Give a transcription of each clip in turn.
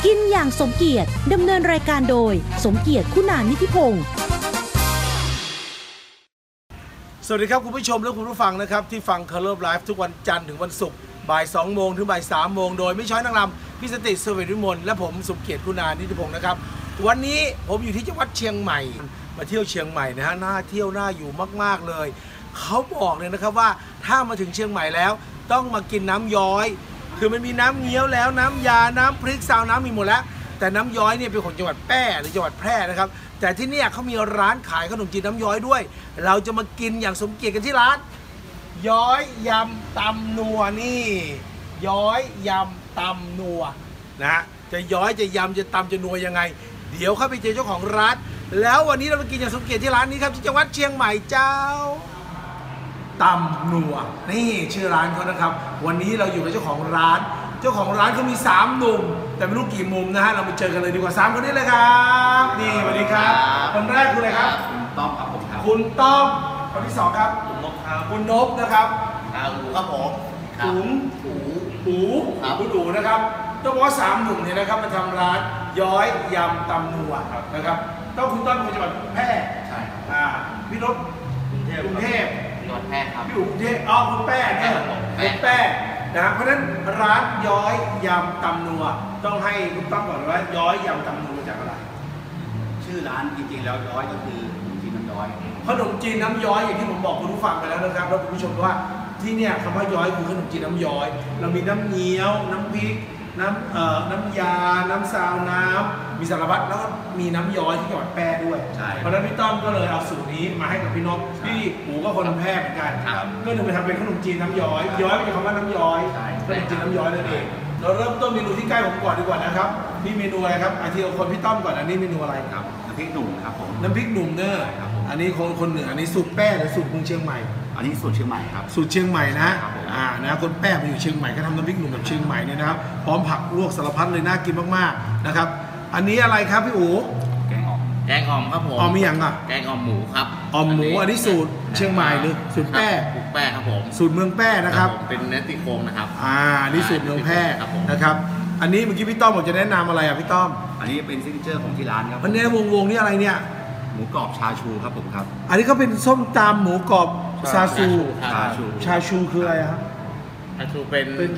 กินอย่างสมเกียรติดำเนินรายการโดยสมเกียรติคุณานิธิพงศ์สวัสดีครับคุณผู้ชมและคุณผู้ฟังนะครับที่ฟัง Color Live ทุกวันจันทร์ถึงวันศุกร์บ่าย 2 โมงถึงบ่าย 3 โมงโดยไม่ช้อยนางรำพิสติเสวตวิมลและผมสมเกียรติคุณานิธิพงศ์นะครับวันนี้ผมอยู่ที่จังหวัดเชียงใหม่มาเที่ยวเชียงใหม่นะฮะน่าเที่ยวน่าอยู่มากๆเลยเขาบอกเลยนะครับว่าถ้ามาถึงเชียงใหม่แล้วต้องมากินน้ำย้อยคือมันมีน้ำเงี้ยวแล้วน้ำยาน้ำพริกซาวน้ำมีหมดแล้วแต่น้ำย้อยเนี่ยเป็นของจังหวัดแพร่หรือจังหวัดแพร่นะครับแต่ที่นี่เขามีร้านขายขนมจีนน้ำย้อยด้วยเราจะมากินอย่างสมเกียรติกันที่ร้านย้อยยำตำนัวนี่ย้อยยำตำนัวนะจะย้อยจะยำจะตำจะนัวยังไงเดี๋ยวเข้าไปเจอเจ้าของร้านแล้ววันนี้เราไปกินอย่างสมเกียรติที่ร้านนี้ครับที่จังหวัดเชียงใหม่เจ้าตำนัวนี่ชื่อร้านเขานะครับวันนี้เราอยู่กับเจ้าของร้านเขามี3หนุ่มแต่ไม่รู้กี่มุมนะฮะเราไปเจอกันเลยดีกว่า3คนนี้เลยครับนี่สวัสดีครับคนแรกคุณอะไรครับคุณต้อมครับผมครับคุณต้อมคนที่2ครับคุณนกครับคุณนกนะครับอู๋ครับผมอู๋คุณอู๋นะครับต้องบอกว่า3หนุ่มเนี่ยนะครับมาทำร้านย้อยยำตำนัวนะครับต้องคุณต้อมเป็นจังหวัดแพร่ใช่ครับพี่นกกรุงเทพจังหวัดแพร่ครับพี่อู๋กรุงเทพคุณแป้เนี่ยคุณแป้นะเพราะฉะนั้นร้านย้อยยำตำนัวต้องให้คุณต้อมก่อนว่าย้อยยำตำนัวมาจากอะไรชื่อร้านจริงๆแล้วย้อยก็คือขนมจีนน้ำย้อยขนมจีนน้ำย้อยอย่างที่ผมบอกคุณผู้ฟังไปแล้วนะครับแล้วคุณผู้ชมว่าที่เนี่ยคำว่าย้อยคือขนมจีนน้ำย้อยเรามีน้ำเงี้ยวน้ำพริกน้ำยาน้ำซาวน้ำมีสารพัดแล้วก็มีน้ำย้อยที่จังหวัดแพร่ด้วยเพราะฉะนั้นพี่ต้อมก็เลยเอาสูตรนี้มาให้กับพี่นกพี่หูก็คนแพร่เหมือนกันก็เลยไปทำเป็นขนมจีนน้ำย้อยย้อยเป็นคำว่าน้ำย้อยขนมจีนน้ำย้อยนั่นเองเราเริ่มต้นเมนูที่ใกล้ผมก่อนดีกว่านะครับนี่เมนูอะไรครับทีละคนพี่ต้อมก่อนอันนี้เมนูอะไรครับน้ำพริกหนุ่มครับผมน้ำพริกหนุ่มเนอะอันนี้คนเหนืออันนี้สูตรแป้หรือสูตรกรุงเชียงใหม่อันนี้สูตรเชียงใหม่ครับสูตรเชียงใหม่นะนะคนแป้มาอยู่เชียงใหม่ก็ทำน้ำพริกหนุ่มแบบเชียงใหม่เนี่ยนะครับพร้อมผักลวกสารพัดเลยน่ากินมากๆนะครับอันนี้อะไรครับพี่อู๋แกงอ่อมครับผมมีอย่างอ่ะแกงอ่อมหมูครับอ่อมหมูอันนี้สูตรเชียงใหม่หรือสูตรแป้ครับผมสูตรเมืองแป้นะครับเป็นเนื้อซี่โครงนะครับนี่สูตรเมืองแป้นะครับอันนี้เมื่อกี้พี่ต้อมบอกจะแนะนำอะไรพี่ต้อมอันนี้เป็นซิกเนเจอร์ของที่ร้านครับอันนี้วงนี่อะไรเนี่ยหมูกรอบชาชูครับผมครับอันนี้ก็เป็นส้มตำหมูกรอบชาชูคืออะไรครับชาชูเป็นหมู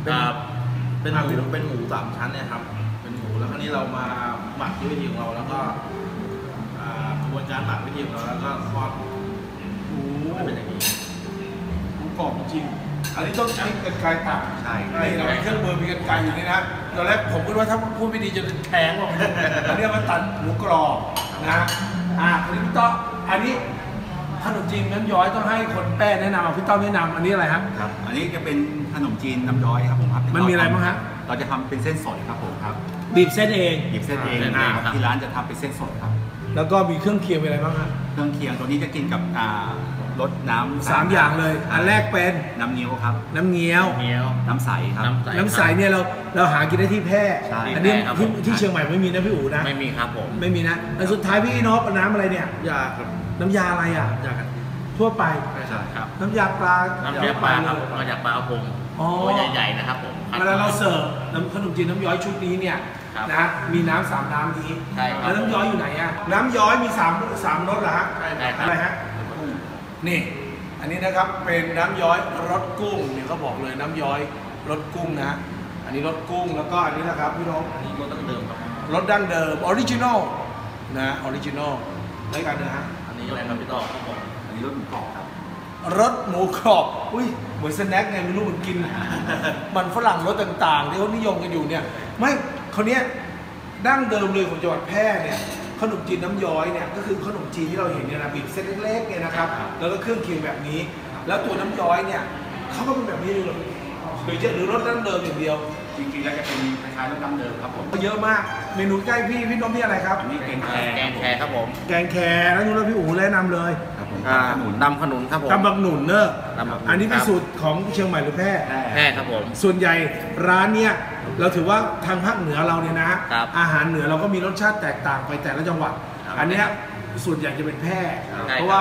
3 ชั้นเนี่ยครับเป็นหมูแล้วคราวนี้เรามาหมักด้วยวิธีของเราแล้วก็กระบวนการหมักวิธีของเราแล้วก็ทอดเป็นอย่างนี้หมูกรอบจริงอันนี้ต้องใช้กรรไกรตัดใช่เราเครื่องมือมีกรรไกรอยู่นี่นะตอนแรกผมคิดว่าถ้าพูดไม่ดีจะแทงว่าอันนี้มันตัดหมูกรอบนะอันนี้พี่ต้ออันนี้ขนมจีนน้ำย้อยต้องให้คนแป้แนะนำพี่ต้อมแนะนำอันนี้อะไรครับอันนี้จะเป็นขนมจีนน้ำย้อยครับผมครับมันมีอะไรบ้างฮะเราจะทำเป็นเส้นสดครับผมครับบีบเส้นเองที่ร้านจะทำเป็นเส้นสดครับแล้วก็มีเครื่องเคียงอะไรบ้างฮะเครื่องเคียงตัวนี้จะกินกับรสน้ำ 3 อย่างเลยอันแรกเป็นน้ำเงี้ยวครับน้ำเงี้ยวน้ำใสครับน้ำใสเนี่ยเราหากินได้ที่แพร่อันนี้ที่เชียงใหม่ไม่มีนะพี่อู๋นะไม่มีครับผมไม่มีนะอันสุดท้ายพี่นพน้ำอะไรเนี่ยยาครับน้ำยาอะไรยาทั่วไปใช่ครับน้ำยาปลาครับมาจากปลากระพงตัวใหญ่ๆนะครับผมเวลาเราเสิร์ฟน้ำขนมจีนน้ำย้อยชุดนี้เนี่ยนะมีน้ำ3 น้ำนี้แล้วน้ำย้อยอยู่ไหนน้ำย้อยมี3 รสเหรอฮะอะไรฮะนี่อันนี้นะครับเป็นน้ำย้อยรสกุ้งเนี่ยเขาบอกเลยน้ำย้อยรสกุ้งนะอันนี้รสกุ้งแล้วก็อันนี้นะครับพี่น้องอันนี้รสดั้งเดิมครับรสดั้งเดิมออริจินอลนะออริจินอลได้กันนะฮะอันนี้อะไรครับพี่ต่อครับผมอันนี้รสหมูกรอบครับรสหมูกรอบเหมือนสแน็คไงไม่รู้เหมือนกินมันฝรั่งรสต่างๆที่เขานิยมกันอยู่เนี่ยไม่เขาเนี้ยดั้งเดิมเลยของจังหวัดแพร่เนี่ยขนมจีนน้ำย้อยเนี่ยก็คือขนมจีนที่เราเห็นเนี่ยนะบีบเส้นเล็กๆเนี่ยนะครับแล้วก็เครื่องเคียงแบบนี้แล้วตัวน้ำย้อยเนี่ยเขาก็เป็นแบบนี้เลยหรือรสดั้งเดิมอย่างเดียวจริงๆแล้วจะเป็นคล้ายๆรสดั้งเดิมครับผมเยอะมากเมนูใกล้พี่น้องพี่อะไรครับนี่แกงแคครับผมแกงแคแล้วนู้นพี่อู๋แนะนำเลยครับผมตำขนุนครับผมตำบักหนุนเนอะอันนี้เป็นสูตรของเชียงใหม่หรือแพร่ครับผมส่วนใหญ่ร้านเนี่ยเราถือว่าทางภาคเหนือเราเนี่ยนะอาหารเหนือเราก็มีรสชาติแตกต่างไปแต่ละจังหวัดอันนี้ส่วนใหญ่จะเป็นแพร่เพราะว่า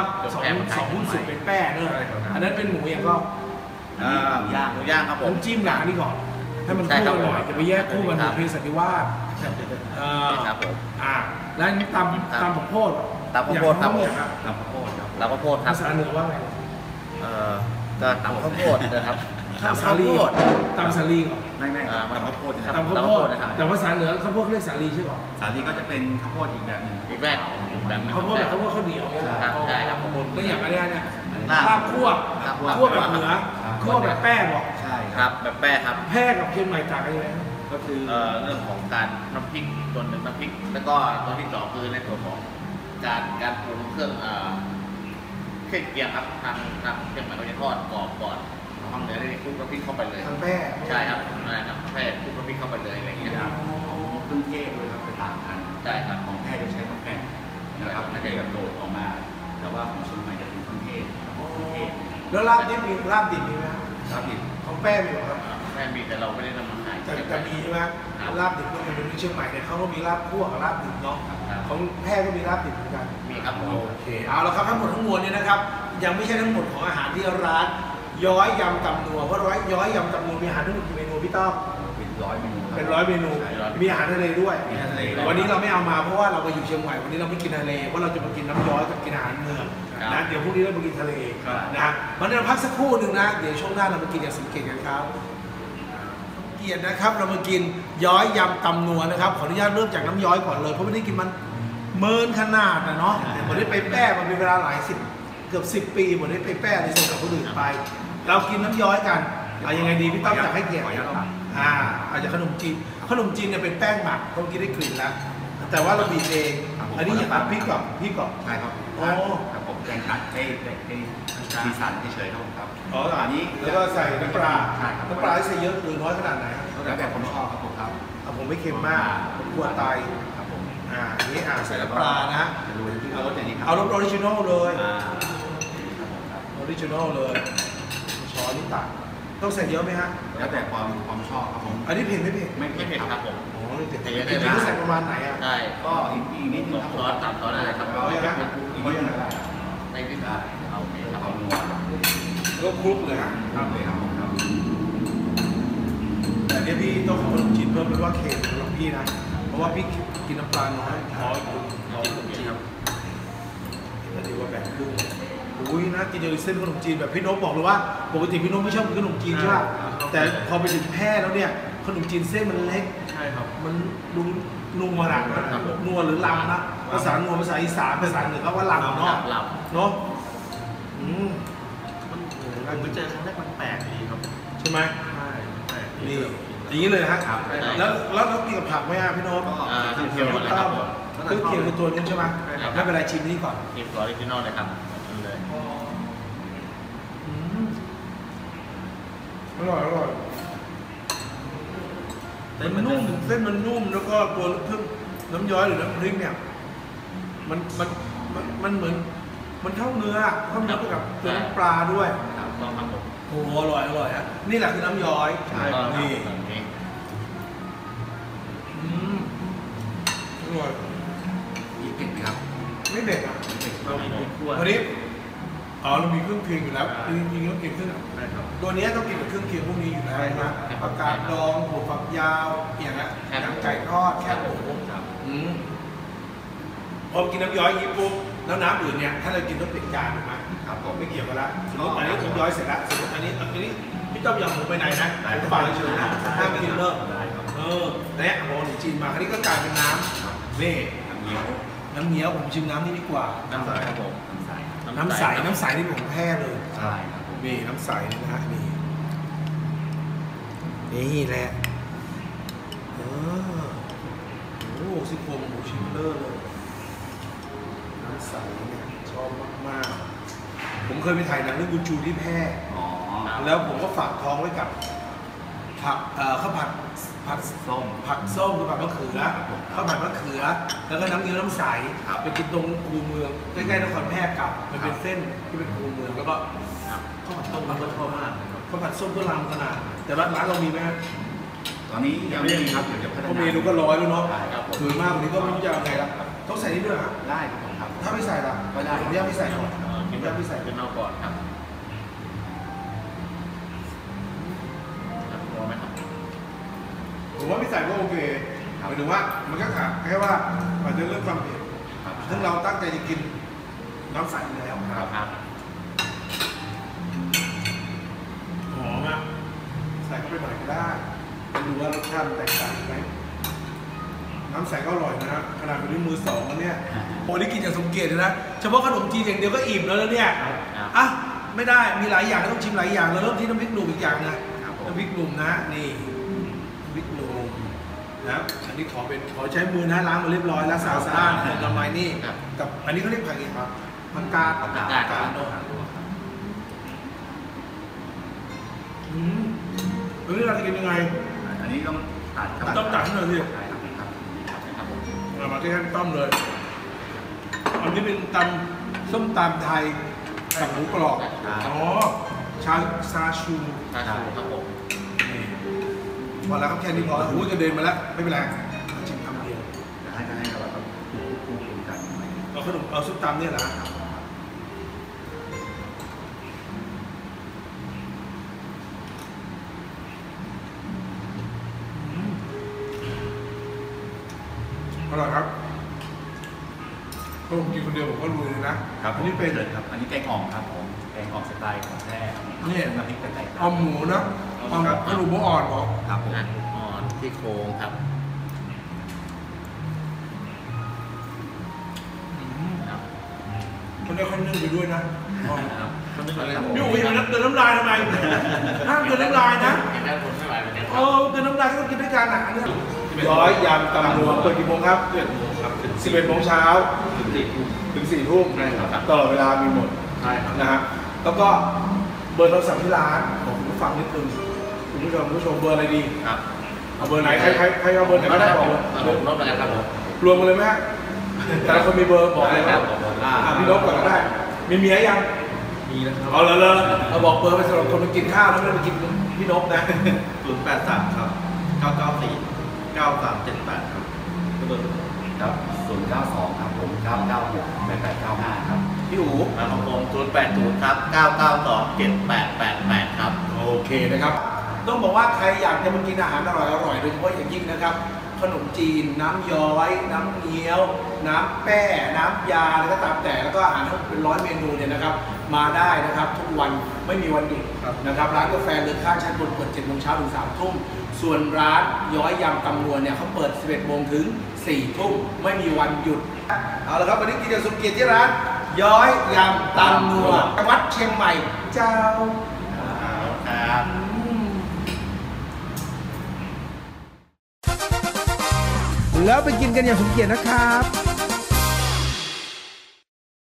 2 หุ้นส่วนเป็นแพร่เนอะอันนั้นเป็นหมูอย่างก็หมูย่างครับผมน้ำจิ้มหนานี่ก่อนให้มันคู่กันหน่อยจะไปแยกคู่กันในเพศสันนิวาสครับผมแล้วอันนี้ตำข้าวโพดตำข้าวโพดครับตำข้าวโพดครับตำข้าวโพดครับภาษาเหนือว่าไงก็ตำข้าวโพดนะครับตำสาลีตำสาลีก่อนไม่ตำข้าวโพดนะครับตำข้าวโพดนะครับแต่ภาษาเหนือข้าวโพดเรียกสาลีใช่ป่ะสาลีก็จะเป็นข้าวโพดอีกแบบหนึ่งข้าวโพดแบบข้าวโพดข้าวเหนียวใช่ครับก็อย่างอะไรเนี่ยลาบคั่วแบบเหนือคั่วแบบแป้งบอกใช่ครับแบบแป้งครับแป้งกับเชียงใหม่ต่างกันยังไงก็คือเรื่องของการน้ำพริกตัวหนึ่งน้ำพริกแล้วก็ตัวที่สองคือในส่วนของการปรุงเครื่องเคียงครับทางเชียงใหม่เขาจะทอดกรอบก่อนทำเนื้อได้คลุกน้ำพริกเข้าไปเลยทางแป้งใช่ครับแป้งคลุกน้ำพริกเข้าไปเลยอะไรอย่างเงี้ยเครื่องเทศเลยครับไปต่างกันใช่ครับของแท้จะใช้น้ำแป้งนะครับไม่ใช่แบบโดดออกมาแต่ว่าของเชียงใหม่จะเป็นเครื่องเทศแล้วลาบดิบมีลาบดิบมีไหมลาบดิบของแป้งมีหรอครับแป้งมีแต่เราไม่ได้นำมาขายแต่มีใช่ไหมลาบดิบก็เป็นเชียงใหม่เนี่ยเขาก็มีลาบคั่วกับลาบดิบเนาะของแพร่ก็มีลาบดิบเหมือนกันมีครับโอเคเอาละครับทั้งหมดทั้งมวลเนี่ยนะครับยังไม่ใช่ทั้งหมดของอาหารที่ร้านย้อยยำตำนัวเพราะย้อยยำตำนัวมีอาหารทั้งหมดกี่เมนูพี่ต้อมเป็น100 เมนูเป็น100 เมนูมีอาหารทะเลด้วยวันนี้เราไม่เอามาเพราะว่าเราไปอยู่เชียงใหม่วันนี้เราไม่กินทะเลเพราะเราจะมากินน้ำย้อยกับกินอาหารเมืองนะเดี๋ยวพรุ่งนี้เรามากินทะเลนะมันจะพักสักครู่หนึ่งนะเดี๋ยวช่วงหน้าเรามากินอย่างสังเกตกันครับเกียรตินะครับเรามากินย้อยยำตำนัวนะครับขออนุญาตเริ่มจากน้ำย้อยก่อนเลยเพราะไม่ได้กินมันเมินขนาดนะเนาะเหมือนได้ไปแป้มันเป็นเวลาหลายสิบเกือบ10 ปีเหมือนได้ไปแป้ในส่วนกับคนอื่นไปเรากินน้ำย้อยกันเอายังไงดีพี่ต้อมอยากให้เกียรติอาจจะขนมจีนเนี่ยเป็นแป้งหมักเขากินได้กลิ่นแล้วแต่ว่าเราบีบเองอันนี้อย่าตัดพริกก่อนใช่ครับโอ้ครับผมแกงตัดให้สีสันเฉยๆครับอันนี้แล้วก็ใส่น้ำปลาใส่เยอะหรือน้อยขนาดไหนแล้วแต่ผมชอบครับผมครับผมไม่เค็มมากผมกลัวตายครับผมอันนี้ใส่น้ำปลานะเอารสอย่างนี้ครับเอารสออริจินอลเลยออริจินอลเลยช้อนนี่ตักต้องใส่เยอะไหมฮะแล้วแต่ความชอบครับผมอันนี้เผ็ดไม่เผ็ดไม่เผ็ดครับผมไม่เผ็ดจริงๆใส่ประมาณไหนอ่ะใช่ก็อีกนิดนึงครับซอสอะไรครับเอาอย่างนี้ในที่ได้เอานัวก็คลุกเลยฮะครับเลยครับผมครับแต่เนี่ยพี่ต้องขอขนมจีนเพิ่มเป็นว่าเค็มสำหรับพี่นะเพราะว่าพี่กินน้ำปลาน้อยขนมจีนครับแล้วดีว่าแบ่งครึ่งอุ้ยนะกินเดลิเส้นขนมจีนแบบพี่นพบอกเลยว่าปกติพี่นพไม่ชอบกินขนมจีนใช่ป่ะแต่พอไปถึงแพร่แล้วเนี่ยขนมจีนเส้นมันเล็กใช่ครับมันดูนัวหนักนัวหรือลำนะภาษานัวภาษาอีสานภาษาเหนือเขาว่าลำเนาะมันเจอครั้งแรกมันแปลกดีครับใช่ไหมนี่อย่างนี้เลยฮะแล้วกินกับผักไหมอ่ะพี่นพเคี่ยวเลยครับคือเคี่ยวคือตัวนู้นใช่ไหมไม่เป็นไรชิมนี่ก่อนชิมออริจินอลเลยครับเลยอร่อยมันนุ่มเส้นมันนุ่มแล้วก็ตัวเครื่องน้ำย้อยหรือน้ำพริกเนี่ยมันเหมือนมันเข้าเนื้อเข้าเนื้อไปกับตัวน้ำปลาด้วยโอ้อร่อยฮะนี่แหละคือน้ำย้อยนี่อร่อยเผ็ดไหมครับไม่เผ็ดอ่ะวันนี้เรามีเครื่องเคียงอยู่แล้วจริงๆต้องกินเครื่องตัวนี้ต้องกินกับเครื่องเคียงพวกนี้อยู่แล้วนะผักกาดดองถั่วฝักยาวอย่างนั้นหนังไก่ทอดแคบหมูพอกินน้ำย้อยอย่างนี้ปุ๊บแล้วน้ำอื่นเนี่ยถ้าเรากินต้องเปลี่ยนจานถูกไหมครับผมไม่เกี่ยวกันละสมมติอันนี้น้ำย้อยเสร็จแล้วสมมติอันนี้พี่ต้อมยำหมูไปไหนนะผมฝากเฉยๆนะห้ามกินเลิกเนี่ยโอ้หนูจีนมาคราวนี้ก็กลายเป็นน้ำนี่น้ำเงี้ยวผมชิมน้ำนี่ดีกว่าน้ำใสครับผมน้ำใสนี่ผมแพ้เลยใช่นี่น้ำใสนะฮะนี่แหละโอ้ซี่โครงหมูชิ้นเลอร์เลยน้ำใสเนี่ยชอบมากๆผมเคยไปถ่ายหนังเรื่องกุจูที่แพร่แล้วผมก็ฝากท้องไว้กับผักข้าวผัดส้มคือผัดมะเขือข้าวผัดมะเขือแล้วก็น้ำเงี้ยวน้ำใสไปกินตรงคูเมืองใกล้ๆนครแพร่กับมันเป็นเส้นที่เป็นคูเมืองแล้วก็ข้าวผัดส้มเราก็ชอบมากข้าวผัดส้มก็ลำขนาดแต่ร้านเรามีไหมตอนนี้ยังไม่มีครับเดี๋ยวพัฒนาเมนูก็ร้อยแล้วเนาะถือมากกว่านี้ก็ไม่รู้จะเอาไงละต้องใส่นี่ด้วยอ่ะได้ครับถ้าไม่ใส่ละก็ได้ผมอยากไม่ใส่ก่อนไม่ใส่เป็นเอาก่อนครับอผมว่าไม่ใส่ก็โอเคหมายถึงว่ามันก็ขาดแค่ว่าอาจจะเรื่องความเผ็ดซึ่งเราตั้งใจจะกินน้ำใสอยู่แล้วครับหอมอ่ะใส่เข้าไปหน่อยก็ได้ไปดูว่ารสชาติมันแตกต่างไหมน้ำใสก็อร่อยนะฮะขนาดเป็นด้วยมือสองแล้วเนี่ยโอ้นี่กินอย่างสมเกียรติเลยนะเฉพาะขนมจีนอย่างเดียวก็อิ่มแล้วเนี่ยอ่ะไม่ได้มีหลายอย่างต้องชิมหลายอย่างเราเริ่มที่น้ำพริกหนุ่มอีกอย่างนะน้ำพริกหนุ่มนะนี่น้ำพริกหนุ่มนะอันนี้ขอใช้มือนะล้างมาเรียบร้อยแล้วสาวสะอาดละไมนี่กับอันนี้เขาเรียกผักอะไรครับผักกาดเนาะอันนี้เราจะกินยังไงอันนี้ต้องตัดครับต้องตัดให้หน่อยสิใช่ครับครับผมเรามาที่ขั้นต้มเลยอันนี้เป็นตำส้มตำไทยกับหมูกรอบอ๋อซาชูชาชูครับผมนี่พอแล้วครับแค่นี้พอโอ้ยกระเด็นมาแล้วไม่เป็นไรชิมคำเดียวจะให้เราต้องคู่กันใหม่เอาขนมเอาซุปตำเนี่ยนะอร่อยครับผมกินคนเดียวผมก็รู้เลยนะครับ อันนี้เป็นเลยครับอันนี้แกงอ่อมครับผมแกงอ่อมสไตล์ของแท้นี่น้ำพริกแตกเอาหมูนะเอากระดูกหมูอ่อนบอกครับผมอ่อนที่โครงครับมันได้ค่อยนึ่งไปด้วยนะครับเขาไม่เคยพี่อุ๋ยมันเกินน้ำลายทำไมห้ามเกินน้ำลายนะเห็นแล้วคนไม่ไหวเหมือนกันเออเกินน้ำลายก็ต้องกินด้วยกันอ่ะอันนี้ร้อยยำตำรวจเปิดกี่โมงครับ11 โมงเช้าถึง 4 ทุ่มตลอดเวลามีหมดใช่ครับนะฮะแล้วก็เบอร์โทรศัพท์ที่ร้านบอกคุณผู้ฟังนิดนึงคุณผู้ชมเบอร์อะไรดีครับเอาเบอร์ไหนใครเอาเบอร์ไหนก็ได้บอกเลยรถประกันครับผมรวมกันเลยไหมฮะแต่ละคนมีเบอร์บอกเลยครับพี่นกก่อนก็ได้มีเมียยังมีนะครับเอาเลยเราบอกเบอร์ไปสำหรับคนมากินข้าวแล้วไม่ได้มากินพี่นกนะ 083ครับ994 9378ครับก็เบอร์ครับ092ครับผม996 8895ครับพี่อู๋มาของผม080ครับ992 7888ครับโอเคนะครับ ต้องบอกว่าใครอยากจะมากินอาหารอร่อยๆโดยเฉพาะอย่างยิ่งนะครับขนมจีนน้ำย้อยน้ำเงี้ยว น้ำแป้น้ำยาอะไรก็ตามแต่แล้วก็อาหารทั้งเป็น100 เมนูเนี่ยนะครับมาได้นะครับทุกวันไม่มีวันหยุดนะครับร้านกาแฟเลือกข้างชั้นบนเปิด7 โมงเช้าถึง 3 ทุ่มส่วนร้านย้อยยำตำนวนเนี่ยเขาเปิด 11 โมงถึง 4 ทุ่มไม่มีวันหยุดเอาละครับวันนี้กินอย่างสุดเกียรติที่ร้านย้อยยำตำนัวจังหวัดเชียงใหม่เจ้าครับแล้วไปกินกันอย่างสมเกียรตินะครับ